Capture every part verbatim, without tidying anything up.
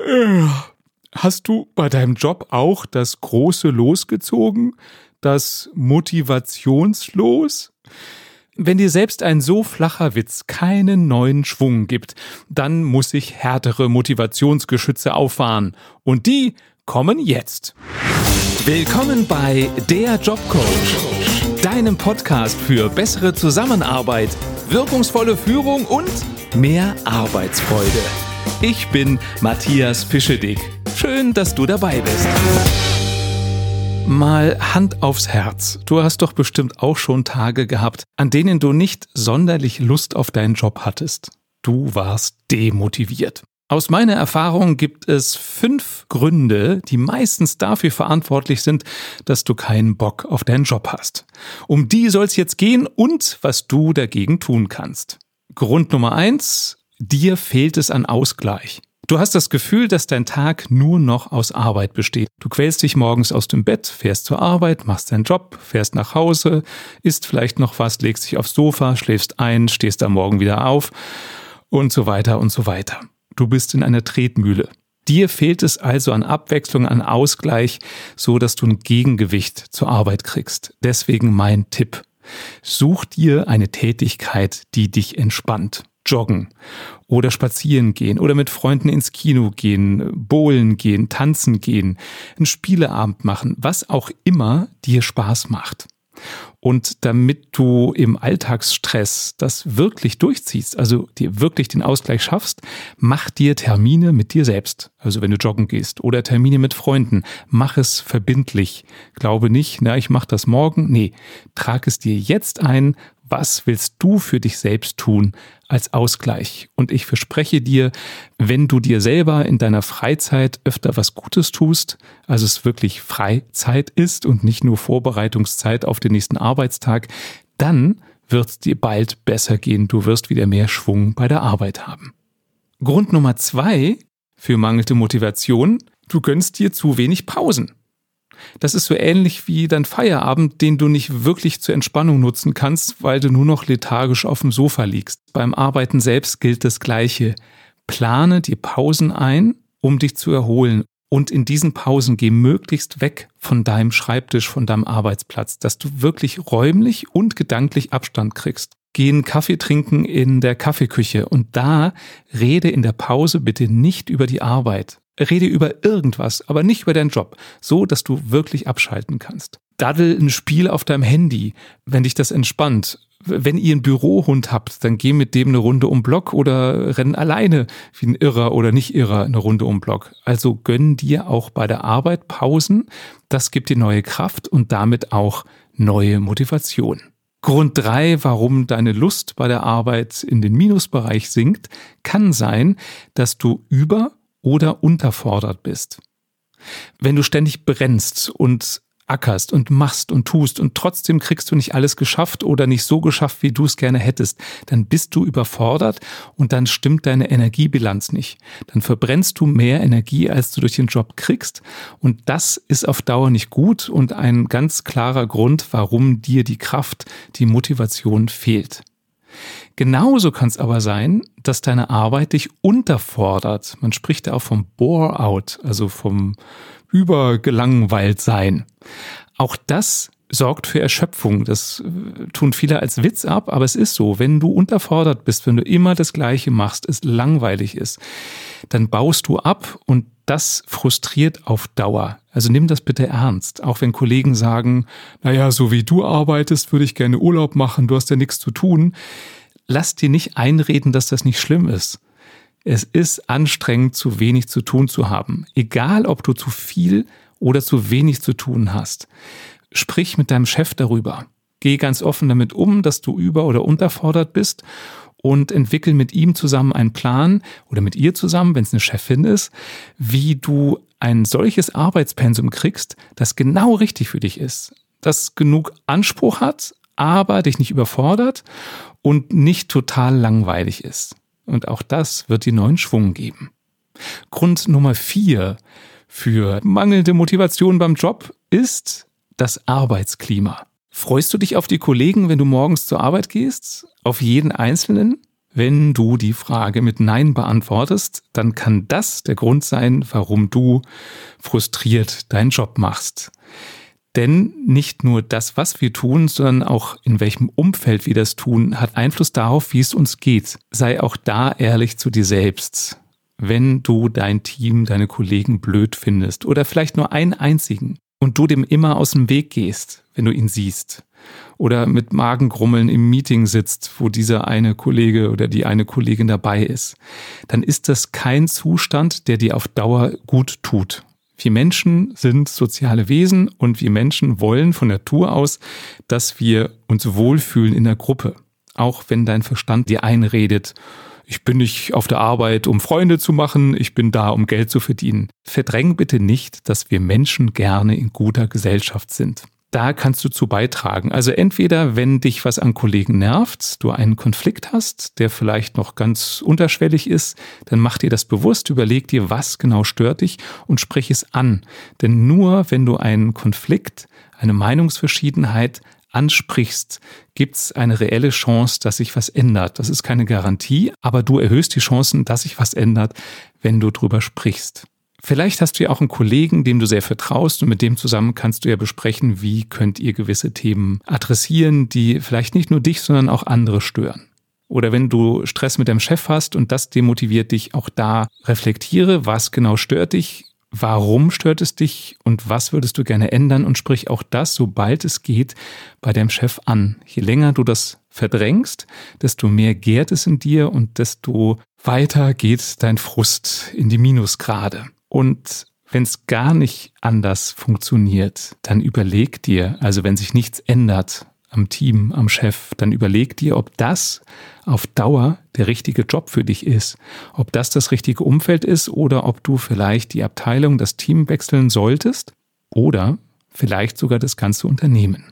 Hast du bei deinem Job auch das große Los gezogen? Das Motivationslos? Wenn dir selbst ein so flacher Witz keinen neuen Schwung gibt, dann muss ich härtere Motivationsgeschütze auffahren. Und die kommen jetzt. Willkommen bei Der Jobcoach, deinem Podcast für bessere Zusammenarbeit, wirkungsvolle Führung und mehr Arbeitsfreude. Ich bin Matthias Fischedick. Schön, dass du dabei bist. Mal Hand aufs Herz. Du hast doch bestimmt auch schon Tage gehabt, an denen du nicht sonderlich Lust auf deinen Job hattest. Du warst demotiviert. Aus meiner Erfahrung gibt es fünf Gründe, die meistens dafür verantwortlich sind, dass du keinen Bock auf deinen Job hast. Um die soll es jetzt gehen und was du dagegen tun kannst. Grund Nummer eins: Dir fehlt es an Ausgleich. Du hast das Gefühl, dass dein Tag nur noch aus Arbeit besteht. Du quälst dich morgens aus dem Bett, fährst zur Arbeit, machst deinen Job, fährst nach Hause, isst vielleicht noch was, legst dich aufs Sofa, schläfst ein, stehst am Morgen wieder auf und so weiter und so weiter. Du bist in einer Tretmühle. Dir fehlt es also an Abwechslung, an Ausgleich, so dass du ein Gegengewicht zur Arbeit kriegst. Deswegen mein Tipp: Such dir eine Tätigkeit, die dich entspannt. Joggen oder spazieren gehen oder mit Freunden ins Kino gehen, bowlen gehen, tanzen gehen, einen Spieleabend machen, was auch immer dir Spaß macht. Und damit du im Alltagsstress das wirklich durchziehst, also dir wirklich den Ausgleich schaffst, mach dir Termine mit dir selbst. Also wenn du joggen gehst oder Termine mit Freunden, mach es verbindlich. Glaube nicht, na, ich mach das morgen. Nee, trag es dir jetzt ein. Was willst du für dich selbst tun als Ausgleich? Und ich verspreche dir, wenn du dir selber in deiner Freizeit öfter was Gutes tust, also es wirklich Freizeit ist und nicht nur Vorbereitungszeit auf den nächsten Arbeitstag, dann wird es dir bald besser gehen. Du wirst wieder mehr Schwung bei der Arbeit haben. Grund Nummer zwei für mangelnde Motivation: Du gönnst dir zu wenig Pausen. Das ist so ähnlich wie dein Feierabend, den du nicht wirklich zur Entspannung nutzen kannst, weil du nur noch lethargisch auf dem Sofa liegst. Beim Arbeiten selbst gilt das Gleiche. Plane dir Pausen ein, um dich zu erholen. Und in diesen Pausen geh möglichst weg von deinem Schreibtisch, von deinem Arbeitsplatz, dass du wirklich räumlich und gedanklich Abstand kriegst. Geh einen Kaffee trinken in der Kaffeeküche und da rede in der Pause bitte nicht über die Arbeit. Rede über irgendwas, aber nicht über deinen Job, so dass du wirklich abschalten kannst. Daddel ein Spiel auf deinem Handy, wenn dich das entspannt. Wenn ihr einen Bürohund habt, dann geh mit dem eine Runde um Block oder renn alleine wie ein Irrer oder nicht Irrer eine Runde um Block. Also gönn dir auch bei der Arbeit Pausen. Das gibt dir neue Kraft und damit auch neue Motivation. Grund drei, warum deine Lust bei der Arbeit in den Minusbereich sinkt, kann sein, dass du über- oder unterfordert bist. Wenn du ständig brennst und ackerst und machst und tust und trotzdem kriegst du nicht alles geschafft oder nicht so geschafft, wie du es gerne hättest, dann bist du überfordert und dann stimmt deine Energiebilanz nicht. Dann verbrennst du mehr Energie, als du durch den Job kriegst und das ist auf Dauer nicht gut und ein ganz klarer Grund, warum dir die Kraft, die Motivation fehlt. Genauso kann es aber sein, dass deine Arbeit dich unterfordert. Man spricht da auch vom Bore-out, also vom Übergelangweiltsein. Auch das sorgt für Erschöpfung. Das tun viele als Witz ab, aber es ist so. Wenn du unterfordert bist, wenn du immer das Gleiche machst, es langweilig ist, dann baust du ab und das frustriert auf Dauer. Also nimm das bitte ernst. Auch wenn Kollegen sagen, naja, so wie du arbeitest, würde ich gerne Urlaub machen, du hast ja nichts zu tun. Lass dir nicht einreden, dass das nicht schlimm ist. Es ist anstrengend, zu wenig zu tun zu haben. Egal, ob du zu viel oder zu wenig zu tun hast. Sprich mit deinem Chef darüber. Geh ganz offen damit um, dass du über- oder unterfordert bist und entwickel mit ihm zusammen einen Plan oder mit ihr zusammen, wenn es eine Chefin ist, wie du ein solches Arbeitspensum kriegst, das genau richtig für dich ist. Das genug Anspruch hat, aber dich nicht überfordert und nicht total langweilig ist. Und auch das wird dir neuen Schwung geben. Grund Nummer vier für mangelnde Motivation beim Job ist das Arbeitsklima. Freust du dich auf die Kollegen, wenn du morgens zur Arbeit gehst? Auf jeden Einzelnen? Wenn du die Frage mit Nein beantwortest, dann kann das der Grund sein, warum du frustriert deinen Job machst. Denn nicht nur das, was wir tun, sondern auch in welchem Umfeld wir das tun, hat Einfluss darauf, wie es uns geht. Sei auch da ehrlich zu dir selbst. Wenn du dein Team, deine Kollegen blöd findest oder vielleicht nur einen einzigen und du dem immer aus dem Weg gehst, wenn du ihn siehst, oder mit Magengrummeln im Meeting sitzt, wo dieser eine Kollege oder die eine Kollegin dabei ist, dann ist das kein Zustand, der dir auf Dauer gut tut. Wir Menschen sind soziale Wesen und wir Menschen wollen von Natur aus, dass wir uns wohlfühlen in der Gruppe. Auch wenn dein Verstand dir einredet, ich bin nicht auf der Arbeit, um Freunde zu machen, ich bin da, um Geld zu verdienen. Verdräng bitte nicht, dass wir Menschen gerne in guter Gesellschaft sind. Da kannst du zu beitragen. Also entweder, wenn dich was an Kollegen nervt, du einen Konflikt hast, der vielleicht noch ganz unterschwellig ist, dann mach dir das bewusst, überleg dir, was genau stört dich und sprich es an. Denn nur wenn du einen Konflikt, eine Meinungsverschiedenheit ansprichst, gibt's eine reelle Chance, dass sich was ändert. Das ist keine Garantie, aber du erhöhst die Chancen, dass sich was ändert, wenn du drüber sprichst. Vielleicht hast du ja auch einen Kollegen, dem du sehr vertraust und mit dem zusammen kannst du ja besprechen, wie könnt ihr gewisse Themen adressieren, die vielleicht nicht nur dich, sondern auch andere stören. Oder wenn du Stress mit deinem Chef hast und das demotiviert dich, auch da reflektiere, was genau stört dich, warum stört es dich und was würdest du gerne ändern und sprich auch das, sobald es geht, bei deinem Chef an. Je länger du das verdrängst, desto mehr gärt es in dir und desto weiter geht dein Frust in die Minusgrade. Und wenn es gar nicht anders funktioniert, dann überleg dir, also wenn sich nichts ändert am Team, am Chef, dann überleg dir, ob das auf Dauer der richtige Job für dich ist, ob das das richtige Umfeld ist oder ob du vielleicht die Abteilung, das Team wechseln solltest oder vielleicht sogar das ganze Unternehmen.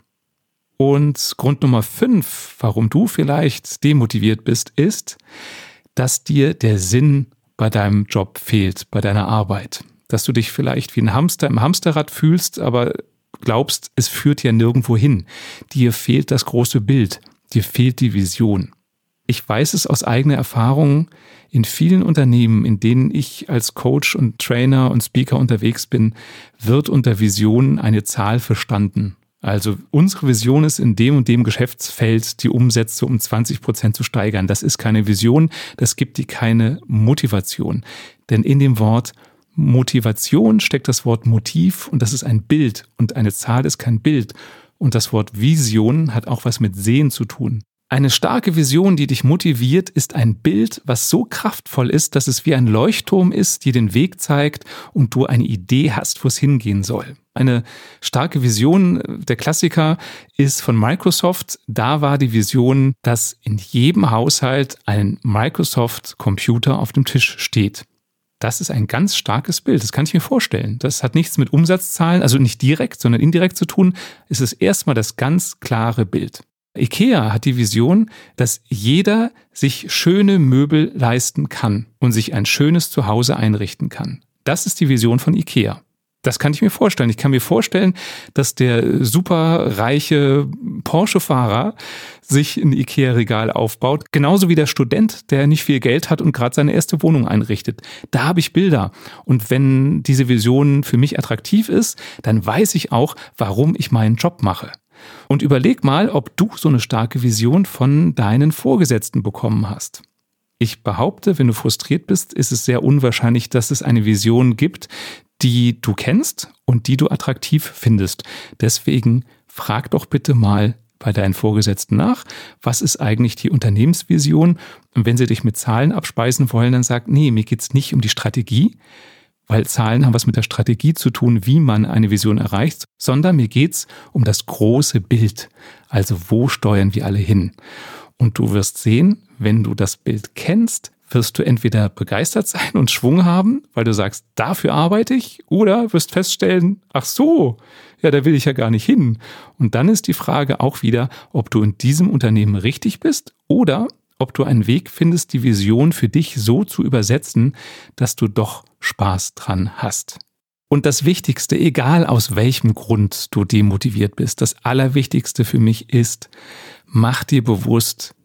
Und Grund Nummer fünf, warum du vielleicht demotiviert bist, ist, dass dir der Sinn bei deinem Job fehlt, bei deiner Arbeit. Dass du dich vielleicht wie ein Hamster im Hamsterrad fühlst, aber glaubst, es führt ja nirgendwo hin. Dir fehlt das große Bild, dir fehlt die Vision. Ich weiß es aus eigener Erfahrung in vielen Unternehmen, in denen ich als Coach und Trainer und Speaker unterwegs bin, wird unter Vision eine Zahl verstanden. Also unsere Vision ist, in dem und dem Geschäftsfeld die Umsätze um zwanzig Prozent zu steigern. Das ist keine Vision, das gibt dir keine Motivation. Denn in dem Wort Motivation steckt das Wort Motiv und das ist ein Bild und eine Zahl ist kein Bild. Und das Wort Vision hat auch was mit Sehen zu tun. Eine starke Vision, die dich motiviert, ist ein Bild, was so kraftvoll ist, dass es wie ein Leuchtturm ist, dir den Weg zeigt und du eine Idee hast, wo es hingehen soll. Eine starke Vision, der Klassiker, ist von Microsoft. Da war die Vision, dass in jedem Haushalt ein Microsoft-Computer auf dem Tisch steht. Das ist ein ganz starkes Bild, das kann ich mir vorstellen. Das hat nichts mit Umsatzzahlen, also nicht direkt, sondern indirekt zu tun. Es ist erstmal das ganz klare Bild. IKEA hat die Vision, dass jeder sich schöne Möbel leisten kann und sich ein schönes Zuhause einrichten kann. Das ist die Vision von IKEA. Das kann ich mir vorstellen. Ich kann mir vorstellen, dass der superreiche Porsche-Fahrer sich ein IKEA-Regal aufbaut, genauso wie der Student, der nicht viel Geld hat und gerade seine erste Wohnung einrichtet. Da habe ich Bilder. Und wenn diese Vision für mich attraktiv ist, dann weiß ich auch, warum ich meinen Job mache. Und überleg mal, ob du so eine starke Vision von deinen Vorgesetzten bekommen hast. Ich behaupte, wenn du frustriert bist, ist es sehr unwahrscheinlich, dass es eine Vision gibt, die du kennst und die du attraktiv findest. Deswegen frag doch bitte mal bei deinen Vorgesetzten nach, was ist eigentlich die Unternehmensvision? Und wenn sie dich mit Zahlen abspeisen wollen, dann sag, nee, mir geht's nicht um die Strategie, weil Zahlen haben was mit der Strategie zu tun, wie man eine Vision erreicht, sondern mir geht's um das große Bild. Also wo steuern wir alle hin? Und du wirst sehen, wenn du das Bild kennst, wirst du entweder begeistert sein und Schwung haben, weil du sagst, dafür arbeite ich, oder wirst feststellen, ach so, ja, da will ich ja gar nicht hin. Und dann ist die Frage auch wieder, ob du in diesem Unternehmen richtig bist oder ob du einen Weg findest, die Vision für dich so zu übersetzen, dass du doch Spaß dran hast. Und das Wichtigste, egal aus welchem Grund du demotiviert bist, das Allerwichtigste für mich ist, mach dir bewusst,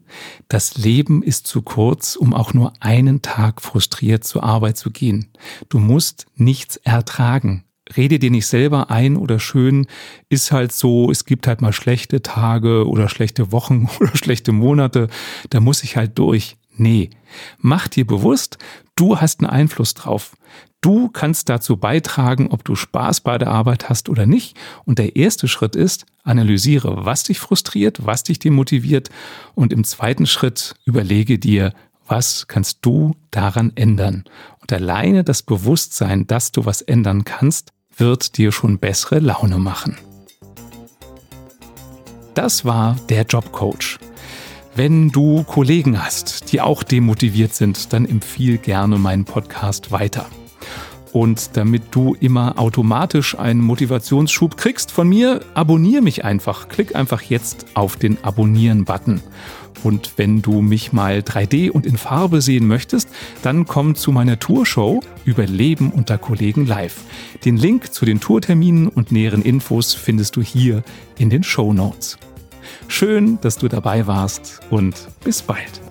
Das Leben ist zu kurz, um auch nur einen Tag frustriert zur Arbeit zu gehen. Du musst nichts ertragen. Rede dir nicht selber ein oder schön, ist halt so, es gibt halt mal schlechte Tage oder schlechte Wochen oder schlechte Monate, da muss ich halt durch. Nee, mach dir bewusst, du hast einen Einfluss drauf. Du kannst dazu beitragen, ob du Spaß bei der Arbeit hast oder nicht. Und der erste Schritt ist, analysiere, was dich frustriert, was dich demotiviert. Und im zweiten Schritt überlege dir, was kannst du daran ändern. Und alleine das Bewusstsein, dass du was ändern kannst, wird dir schon bessere Laune machen. Das war der Jobcoach. Wenn du Kollegen hast, die auch demotiviert sind, dann empfiehl gerne meinen Podcast weiter. Und damit du immer automatisch einen Motivationsschub kriegst von mir, abonniere mich einfach. Klick einfach jetzt auf den Abonnieren-Button. Und wenn du mich mal drei D und in Farbe sehen möchtest, dann komm zu meiner Tourshow Überleben unter Kollegen live. Den Link zu den Tourterminen und näheren Infos findest du hier in den Shownotes. Schön, dass du dabei warst und bis bald.